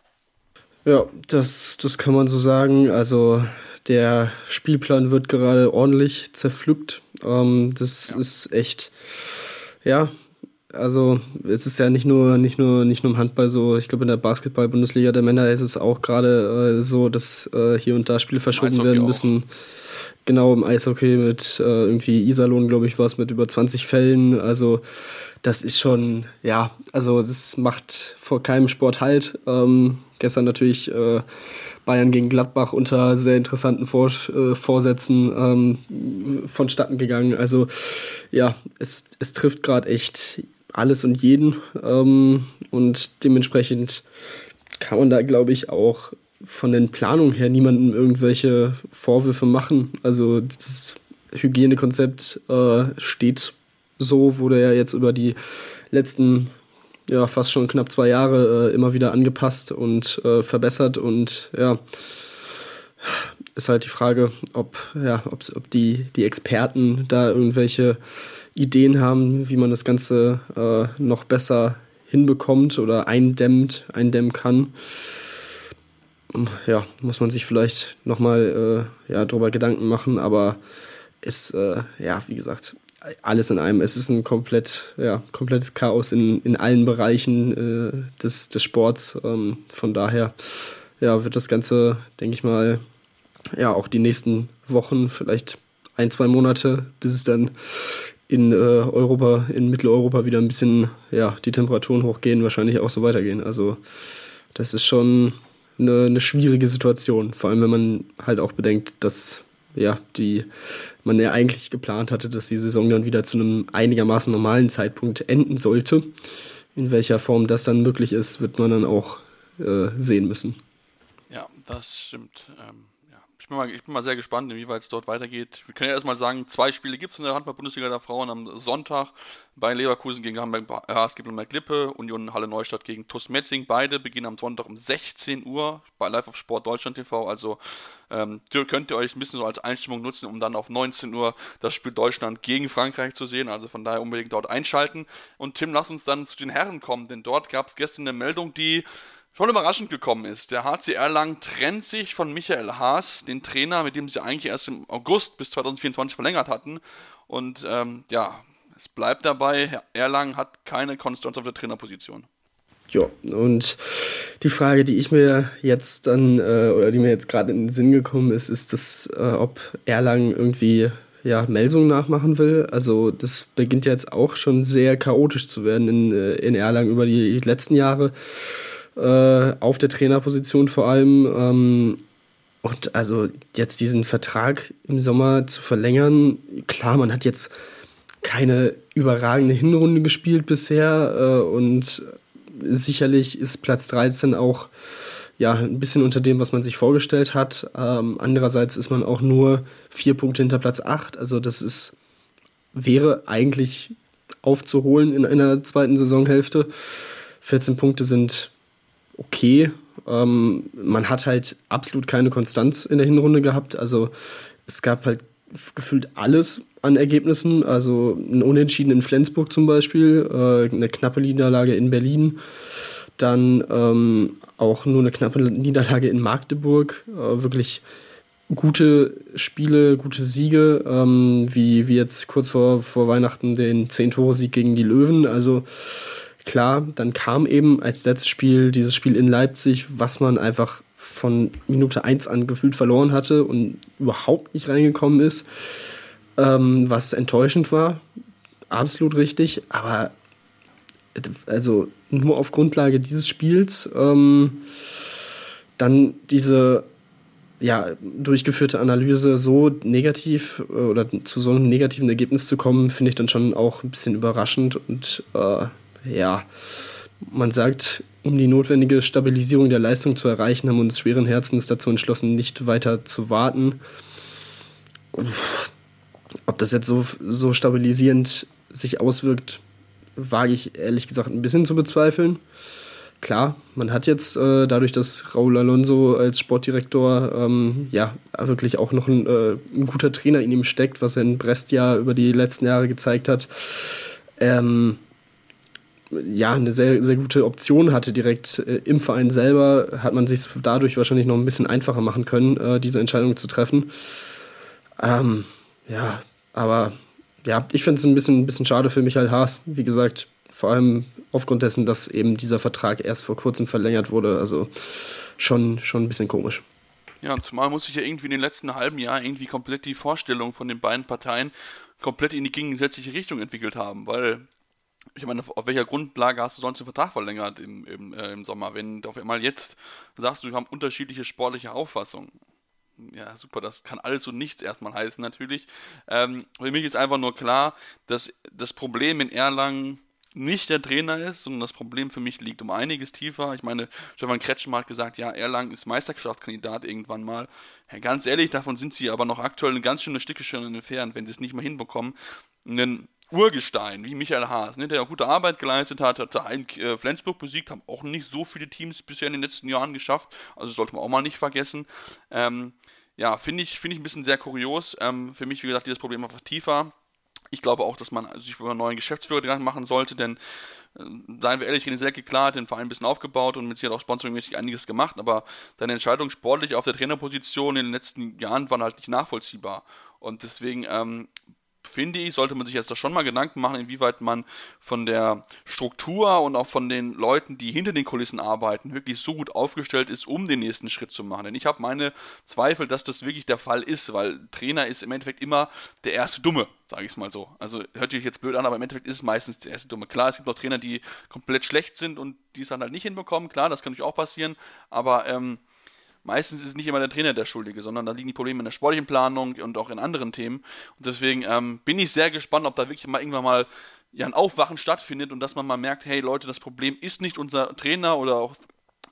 Ja, das, das kann man so sagen. Also der Spielplan wird gerade ordentlich zerpflückt. Ähm, das ja. ist echt, ja, also es ist ja nicht nur, nicht nur, nicht nur im Handball so. Ich glaube, in der Basketball-Bundesliga der Männer ist es auch gerade äh, so, dass äh, hier und da Spiele verschoben werden müssen. Genau, im Eishockey mit äh, irgendwie Iserlohn, glaube ich, war es mit über zwanzig Fällen. Also das ist schon, ja, also das macht vor keinem Sport Halt. Ähm, gestern natürlich äh, Bayern gegen Gladbach unter sehr interessanten Vor- äh, Vorsätzen ähm, vonstatten gegangen. Also ja, es, es trifft gerade echt alles und jeden. Ähm, und dementsprechend kann man da, glaube ich, auch von den Planungen her niemandem irgendwelche Vorwürfe machen. Also das Hygienekonzept äh, steht so, wurde ja jetzt über die letzten ja fast schon knapp zwei Jahre äh, immer wieder angepasst und äh, verbessert, und ja, ist halt die Frage, ob ja ob, ob die, die Experten da irgendwelche Ideen haben, wie man das Ganze äh, noch besser hinbekommt oder eindämmt, eindämmen kann. Ja, muss man sich vielleicht nochmal äh, ja, drüber Gedanken machen, aber ist, äh, ja, wie gesagt, alles in einem. Es ist ein komplett, ja, komplettes Chaos in, in allen Bereichen äh, des, des Sports. Ähm, von daher ja, wird das Ganze, denke ich mal, ja, auch die nächsten Wochen, vielleicht ein, zwei Monate, bis es dann in äh, Europa, in Mitteleuropa wieder ein bisschen, ja, die Temperaturen hochgehen, wahrscheinlich auch so weitergehen. Also das ist schon Eine, eine schwierige Situation, vor allem wenn man halt auch bedenkt, dass ja die man ja eigentlich geplant hatte, dass die Saison dann wieder zu einem einigermaßen normalen Zeitpunkt enden sollte. In welcher Form das dann möglich ist, wird man dann auch äh, sehen müssen. Ja, das stimmt. Ähm, Ich bin, mal, ich bin mal sehr gespannt, inwieweit es dort weitergeht. Wir können ja erstmal sagen, zwei Spiele gibt es in der Handball-Bundesliga der Frauen am Sonntag. Bei Leverkusen gegen Hamburg H S G Blumenberg-Lippe, Union Halle Neustadt gegen TuS Metzing. Beide beginnen am Sonntag um sechzehn Uhr bei Live auf Sport Deutschland T V. Also ähm, könnt ihr euch ein bisschen so als Einstimmung nutzen, um dann auf neunzehn Uhr das Spiel Deutschland gegen Frankreich zu sehen. Also von daher unbedingt dort einschalten. Und Tim, lass uns dann zu den Herren kommen, denn dort gab es gestern eine Meldung, die schon überraschend gekommen ist. Der H C Erlangen trennt sich von Michael Haas, den Trainer, mit dem sie eigentlich erst im August bis zwanzig vierundzwanzig verlängert hatten. Und ähm, ja, es bleibt dabei, Erlangen hat keine Konstanz auf der Trainerposition. Ja, und die Frage, die ich mir jetzt dann, äh, oder die mir jetzt gerade in den Sinn gekommen ist, ist das, äh, ob Erlangen irgendwie ja, Melsung nachmachen will. Also das beginnt jetzt auch schon sehr chaotisch zu werden in, äh, in Erlangen über die letzten Jahre. Auf der Trainerposition vor allem. Ähm, und also jetzt diesen Vertrag im Sommer zu verlängern, klar, man hat jetzt keine überragende Hinrunde gespielt bisher äh, und sicherlich ist Platz dreizehn auch ja, ein bisschen unter dem, was man sich vorgestellt hat. Ähm, andererseits ist man auch nur vier Punkte hinter Platz acht, also das ist, wäre eigentlich aufzuholen in einer zweiten Saisonhälfte. vierzehn Punkte sind okay, ähm, man hat halt absolut keine Konstanz in der Hinrunde gehabt, also es gab halt gefühlt alles an Ergebnissen, also ein Unentschieden in Flensburg zum Beispiel, äh, eine knappe Niederlage in Berlin, dann ähm, auch nur eine knappe Niederlage in Magdeburg, äh, wirklich gute Spiele, gute Siege, ähm, wie, wie jetzt kurz vor, vor Weihnachten den zehn-Tore-Sieg gegen die Löwen, also klar, dann kam eben als letztes Spiel dieses Spiel in Leipzig, was man einfach von Minute eins an gefühlt verloren hatte und überhaupt nicht reingekommen ist, ähm, was enttäuschend war, absolut richtig, aber also nur auf Grundlage dieses Spiels ähm, dann diese ja, durchgeführte Analyse so negativ oder zu so einem negativen Ergebnis zu kommen, finde ich dann schon auch ein bisschen überraschend und äh, ja, man sagt, um die notwendige Stabilisierung der Leistung zu erreichen, haben wir uns schweren Herzens dazu entschlossen, nicht weiter zu warten. Und ob das jetzt so, so stabilisierend sich auswirkt, wage ich ehrlich gesagt ein bisschen zu bezweifeln. Klar, man hat jetzt äh, dadurch, dass Raúl Alonso als Sportdirektor ähm, ja wirklich auch noch ein, äh, ein guter Trainer in ihm steckt, was er in Brest ja über die letzten Jahre gezeigt hat, ähm, ja, eine sehr, sehr gute Option hatte direkt äh, im Verein selber, hat man sich dadurch wahrscheinlich noch ein bisschen einfacher machen können, äh, diese Entscheidung zu treffen. Ähm, ja, aber ja, ich finde es ein bisschen, ein bisschen schade für Michael Haas, wie gesagt, vor allem aufgrund dessen, dass eben dieser Vertrag erst vor kurzem verlängert wurde, also schon, schon ein bisschen komisch. Ja, zumal muss sich ja irgendwie in den letzten halben Jahr irgendwie komplett die Vorstellung von den beiden Parteien komplett in die gegensätzliche Richtung entwickelt haben, weil ich meine, auf welcher Grundlage hast du sonst den Vertrag verlängert im, im, äh, im Sommer, wenn du auf einmal jetzt sagst, du, wir haben unterschiedliche sportliche Auffassungen. Ja, super, das kann alles und nichts erstmal heißen natürlich. Ähm, für mich ist einfach nur klar, dass das Problem in Erlangen nicht der Trainer ist, sondern das Problem für mich liegt um einiges tiefer. Ich meine, Stefan Kretschmer hat gesagt, ja, Erlangen ist Meisterschaftskandidat irgendwann mal. Ja, ganz ehrlich, davon sind sie aber noch aktuell ein ganz schönes Stückchen entfernt, wenn sie es nicht mehr hinbekommen. Einen Urgestein, wie Michael Haas, ne, der auch gute Arbeit geleistet hat, hat einen äh, Flensburg besiegt, haben auch nicht so viele Teams bisher in den letzten Jahren geschafft, also sollte man auch mal nicht vergessen. Ähm, ja, finde ich, find ich ein bisschen sehr kurios. Ähm, für mich, wie gesagt, dieses Problem einfach tiefer. Ich glaube auch, dass man sich über einen neuen Geschäftsführer Gedanken machen sollte, denn, äh, seien wir ehrlich, René Selke, klar, hat den Verein ein bisschen aufgebaut und mit sich hat auch sponsoringmäßig einiges gemacht, aber seine Entscheidung sportlich auf der Trainerposition in den letzten Jahren waren halt nicht nachvollziehbar. Und deswegen, ähm, finde ich, sollte man sich jetzt da schon mal Gedanken machen, inwieweit man von der Struktur und auch von den Leuten, die hinter den Kulissen arbeiten, wirklich so gut aufgestellt ist, um den nächsten Schritt zu machen. Denn ich habe meine Zweifel, dass das wirklich der Fall ist, weil Trainer ist im Endeffekt immer der erste Dumme, sage ich es mal so. Also hört sich jetzt blöd an, aber im Endeffekt ist es meistens der erste Dumme. Klar, es gibt auch Trainer, die komplett schlecht sind und die es dann halt nicht hinbekommen. Klar, das kann natürlich auch passieren, aber ähm, meistens ist es nicht immer der Trainer der Schuldige, sondern da liegen die Probleme in der sportlichen Planung und auch in anderen Themen. Und deswegen ähm, bin ich sehr gespannt, ob da wirklich mal irgendwann mal ja, ein Aufwachen stattfindet und dass man mal merkt, hey Leute, das Problem ist nicht unser Trainer oder auch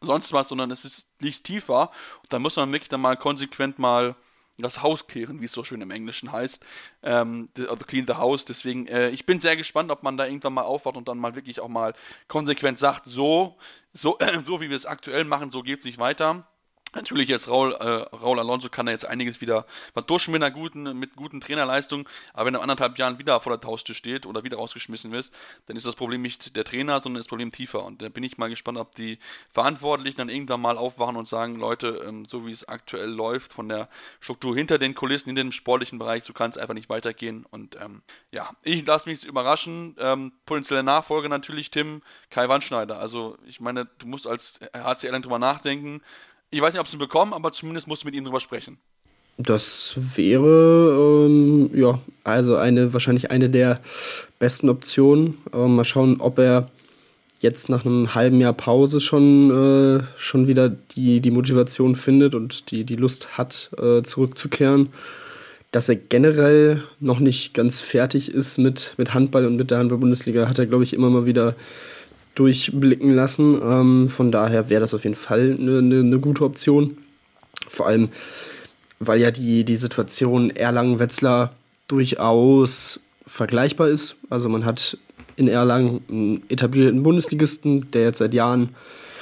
sonst was, sondern es ist, liegt tiefer. Und da muss man wirklich dann mal konsequent mal das Haus kehren, wie es so schön im Englischen heißt, ähm, also clean the house. Deswegen, äh, ich bin sehr gespannt, ob man da irgendwann mal aufwacht und dann mal wirklich auch mal konsequent sagt, so, so, äh, so wie wir es aktuell machen, so geht es nicht weiter. Natürlich jetzt Raul, äh, Raul Alonso kann da jetzt einiges wieder was durchschwimmen mit einer guten, mit guten Trainerleistung, aber wenn er in anderthalb Jahren wieder vor der Haustür steht oder wieder rausgeschmissen wird, dann ist das Problem nicht der Trainer, sondern das Problem tiefer. Und da bin ich mal gespannt, ob die Verantwortlichen dann irgendwann mal aufwachen und sagen, Leute, ähm, so wie es aktuell läuft, von der Struktur hinter den Kulissen, in dem sportlichen Bereich, so kann es einfach nicht weitergehen. Und ähm, ja, ich lasse mich überraschen. Ähm, potenzielle Nachfolger natürlich, Tim, Kai Wandschneider. Also ich meine, du musst als H C L drüber nachdenken. Ich weiß nicht, ob sie ihn bekommen, aber zumindest musst du mit ihm drüber sprechen. Das wäre, ähm, ja, also eine, wahrscheinlich eine der besten Optionen. Ähm, mal schauen, ob er jetzt nach einem halben Jahr Pause schon, äh, schon wieder die, die Motivation findet und die, die Lust hat, äh, zurückzukehren. Dass er generell noch nicht ganz fertig ist mit, mit Handball und mit der Handball-Bundesliga, hat er, glaube ich, immer mal wieder durchblicken lassen. Ähm, von daher wäre das auf jeden Fall eine, eine, eine gute Option. Vor allem, weil ja die, die Situation Erlangen-Wetzlar durchaus vergleichbar ist. Also man hat in Erlangen einen etablierten Bundesligisten, der jetzt seit Jahren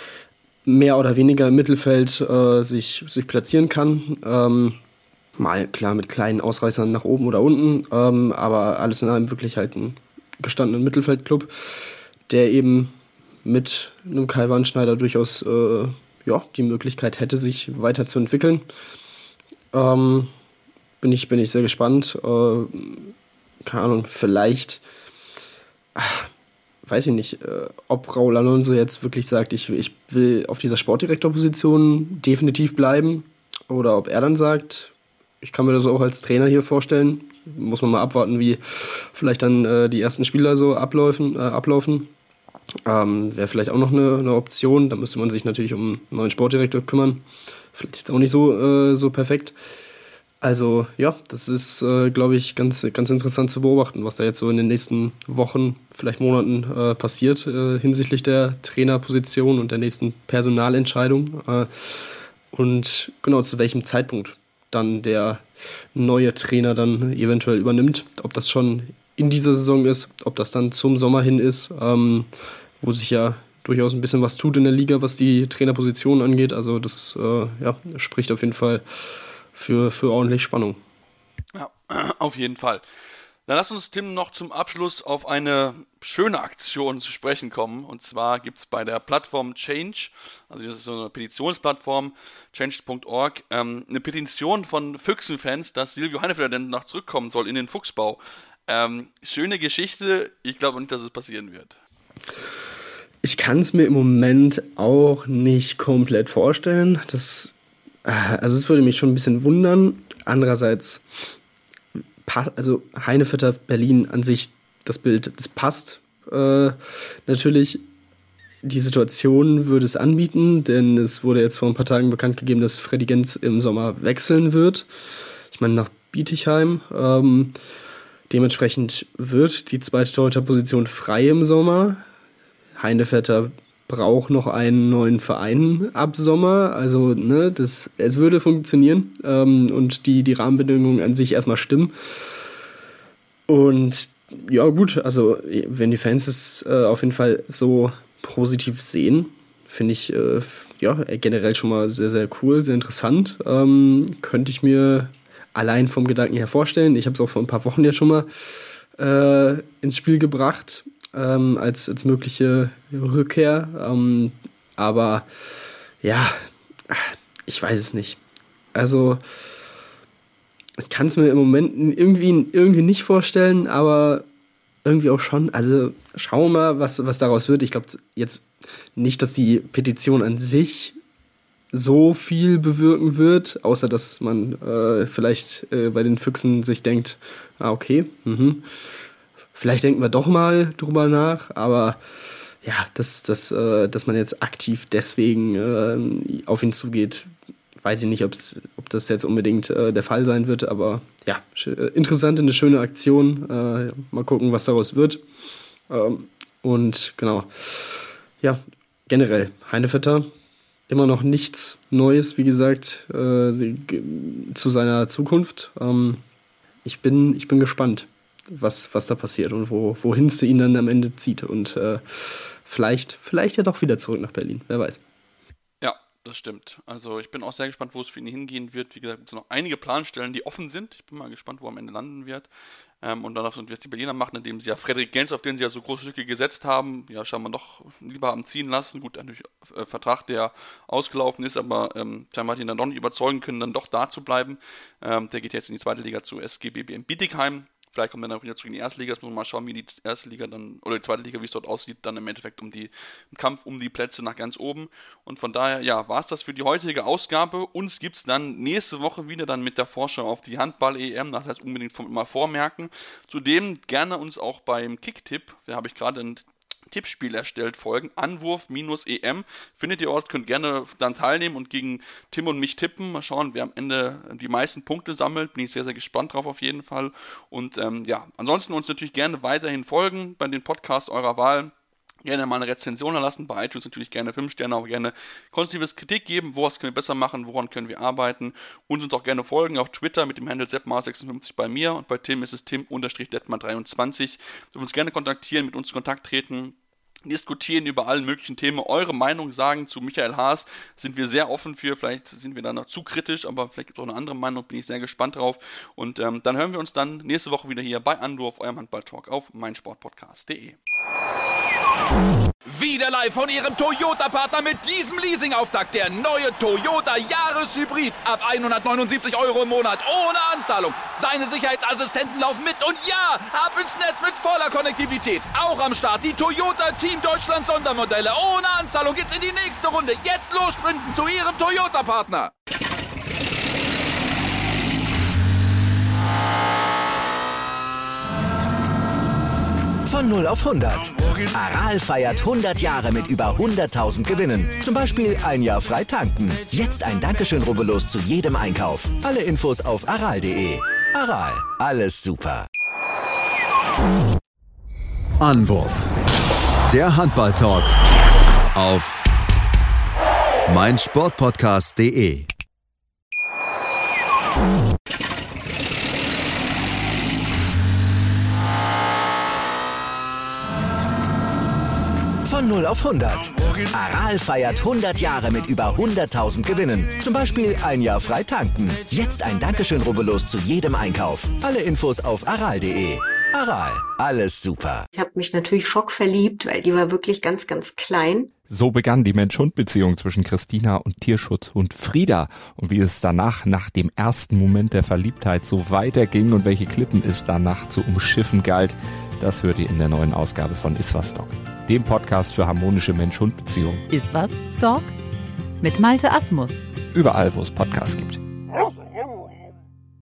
mehr oder weniger im Mittelfeld äh, sich, sich platzieren kann. Ähm, mal klar mit kleinen Ausreißern nach oben oder unten, ähm, aber alles in allem wirklich halt ein gestandenen Mittelfeldclub, der eben mit einem Kai Wandschneider durchaus äh, ja, die Möglichkeit hätte, sich weiterzuentwickeln. Ähm, bin ich, bin ich sehr gespannt. Äh, keine Ahnung, vielleicht, ach, weiß ich nicht, äh, ob Raul Alonso jetzt wirklich sagt, ich, ich will auf dieser Sportdirektorposition definitiv bleiben, oder ob er dann sagt, ich kann mir das auch als Trainer hier vorstellen. Muss man mal abwarten, wie vielleicht dann äh, die ersten Spieler so ablaufen. Äh, ablaufen. Ähm, wäre vielleicht auch noch eine, eine Option. Da müsste man sich natürlich um einen neuen Sportdirektor kümmern. Vielleicht jetzt auch nicht so, äh, so perfekt. Also ja, das ist, äh, glaube ich, ganz, ganz interessant zu beobachten, was da jetzt so in den nächsten Wochen, vielleicht Monaten äh, passiert äh, hinsichtlich der Trainerposition und der nächsten Personalentscheidung. Äh, und genau, zu welchem Zeitpunkt dann der neue Trainer dann eventuell übernimmt. Ob das schon in dieser Saison ist, ob das dann zum Sommer hin ist, ähm, wo sich ja durchaus ein bisschen was tut in der Liga, was die Trainerposition angeht. Also das äh, ja, spricht auf jeden Fall für, für ordentlich Spannung. Ja, auf jeden Fall. Dann lass uns, Tim, noch zum Abschluss auf eine schöne Aktion zu sprechen kommen. Und zwar gibt es bei der Plattform Change, also das ist so eine Petitionsplattform, change punkt org, ähm, eine Petition von Füchsen-Fans, dass Silvio Heinefelder denn noch zurückkommen soll in den Fuchsbau. Ähm, schöne Geschichte, ich glaube nicht, dass es passieren wird. Ich kann es mir im Moment auch nicht komplett vorstellen. Das, also es würde mich schon ein bisschen wundern. Andererseits, also Heinefelder Berlin an sich, das Bild, das passt äh, natürlich. Die Situation würde es anbieten, denn es wurde jetzt vor ein paar Tagen bekannt gegeben, dass Freddy Genz im Sommer wechseln wird. Ich meine nach Bietigheim. Ähm, dementsprechend wird die zweite Torhüterposition frei im Sommer. Heinefelder braucht noch einen neuen Verein ab Sommer. Also ne, das, es würde funktionieren ähm, und die, die Rahmenbedingungen an sich erstmal stimmen. Und ja gut, also wenn die Fans es äh, auf jeden Fall so positiv sehen, finde ich äh, ja generell schon mal sehr, sehr cool, sehr interessant. Ähm, könnte ich mir allein vom Gedanken her vorstellen. Ich habe es auch vor ein paar Wochen ja schon mal äh, ins Spiel gebracht, ähm, als, als mögliche Rückkehr. Ähm, aber ja, ich weiß es nicht. Also ich kann es mir im Moment irgendwie, irgendwie nicht vorstellen, aber irgendwie auch schon. Also schauen wir mal, was, was daraus wird. Ich glaube jetzt nicht, dass die Petition an sich so viel bewirken wird, außer dass man äh, vielleicht äh, bei den Füchsen sich denkt, ah okay, mhm. vielleicht denken wir doch mal drüber nach, aber ja, dass, dass, äh, dass man jetzt aktiv deswegen äh, auf ihn zugeht, weiß ich nicht, ob's, ob das jetzt unbedingt äh, der Fall sein wird, aber ja, interessant, eine schöne Aktion, äh, mal gucken, was daraus wird. Ähm, und genau, ja, generell, Heinefelder, immer noch nichts Neues, wie gesagt, äh, zu seiner Zukunft. Ähm, ich bin, ich bin gespannt, was, was da passiert und wo, wohin es ihn dann am Ende zieht. Und äh, vielleicht, vielleicht ja doch wieder zurück nach Berlin, wer weiß. Ja, das stimmt. Also ich bin auch sehr gespannt, wo es für ihn hingehen wird. Wie gesagt, es sind noch einige Planstellen, die offen sind. Ich bin mal gespannt, wo er am Ende landen wird. Ähm, und dann auf was die Berliner machen, indem sie ja Frederik Gens, auf den sie ja so große Stücke gesetzt haben, ja scheinbar doch lieber haben ziehen lassen. Gut, natürlich äh, Vertrag, der ausgelaufen ist, aber ähm, scheinbar hat ihn dann doch nicht überzeugen können, dann doch da zu bleiben. Ähm, der geht jetzt in die zweite Liga zu S G B B M Bietigheim. Vielleicht kommt er dann wieder zurück in die erste Liga. Das muss man mal schauen, wie die erste Liga dann, oder die zweite Liga, wie es dort aussieht, dann im Endeffekt um die im Kampf um die Plätze nach ganz oben. Und von daher, ja, war es das für die heutige Ausgabe. Uns gibt es dann nächste Woche wieder dann mit der Vorschau auf die Handball-E M. Das heißt, unbedingt mal vormerken. Zudem gerne uns auch beim Kicktipp, da habe ich gerade ein Tippspiel erstellt, folgen, Anwurf-E M. Findet ihr dort, könnt gerne dann teilnehmen und gegen Tim und mich tippen. Mal schauen, wer am Ende die meisten Punkte sammelt. Bin ich sehr, sehr gespannt drauf auf jeden Fall. Und ähm, ja, ansonsten uns natürlich gerne weiterhin folgen bei den Podcasts eurer Wahl. Gerne mal eine Rezension erlassen, bei iTunes natürlich gerne fünf Sterne, auch gerne konstruktives Kritik geben, was können wir besser machen, woran können wir arbeiten. Uns uns auch gerne folgen auf Twitter mit dem Handle seppmar sechsundfünfzig bei mir und bei Tim ist es tim-detmar dreiundzwanzig. Dürfen uns gerne kontaktieren, mit uns in Kontakt treten, diskutieren über alle möglichen Themen, eure Meinung sagen zu Michael Haas, sind wir sehr offen für, vielleicht sind wir da noch zu kritisch, aber vielleicht gibt es auch eine andere Meinung, bin ich sehr gespannt drauf. Und ähm, dann hören wir uns dann nächste Woche wieder hier bei Anwurf, eurem Handball-Talk auf meinsportpodcast punkt de. Wieder live von Ihrem Toyota-Partner mit diesem Leasing-Auftakt. Der neue Toyota Jahreshybrid. Ab hundertneunundsiebzig Euro im Monat. Ohne Anzahlung. Seine Sicherheitsassistenten laufen mit. Und ja, ab ins Netz mit voller Konnektivität. Auch am Start die Toyota Team Deutschland Sondermodelle. Ohne Anzahlung geht's in die nächste Runde. Jetzt los sprinten zu Ihrem Toyota-Partner. Von null auf hundert. Aral feiert hundert Jahre mit über hunderttausend Gewinnen. Zum Beispiel ein Jahr frei tanken. Jetzt ein Dankeschön, rubbellos zu jedem Einkauf. Alle Infos auf aral punkt de. Aral, alles super. Anwurf. Der Handball-Talk auf meinsportpodcast punkt de. Von null auf hundert. Aral feiert hundert Jahre mit über hunderttausend Gewinnen. Zum Beispiel ein Jahr frei tanken. Jetzt ein Dankeschön, rubbellos zu jedem Einkauf. Alle Infos auf aral punkt de. Aral, alles super. Ich habe mich natürlich schockverliebt, weil die war wirklich ganz, ganz klein. So begann die Mensch-Hund-Beziehung zwischen Christina und Tierschutzhund Frieda. Und wie es danach, nach dem ersten Moment der Verliebtheit, so weiterging und welche Klippen es danach zu umschiffen galt, das hört ihr in der neuen Ausgabe von Iswas Dog, dem Podcast für harmonische Mensch-Hund-Beziehungen. Iswas Dog? Mit Malte Asmus. Überall, wo es Podcasts gibt.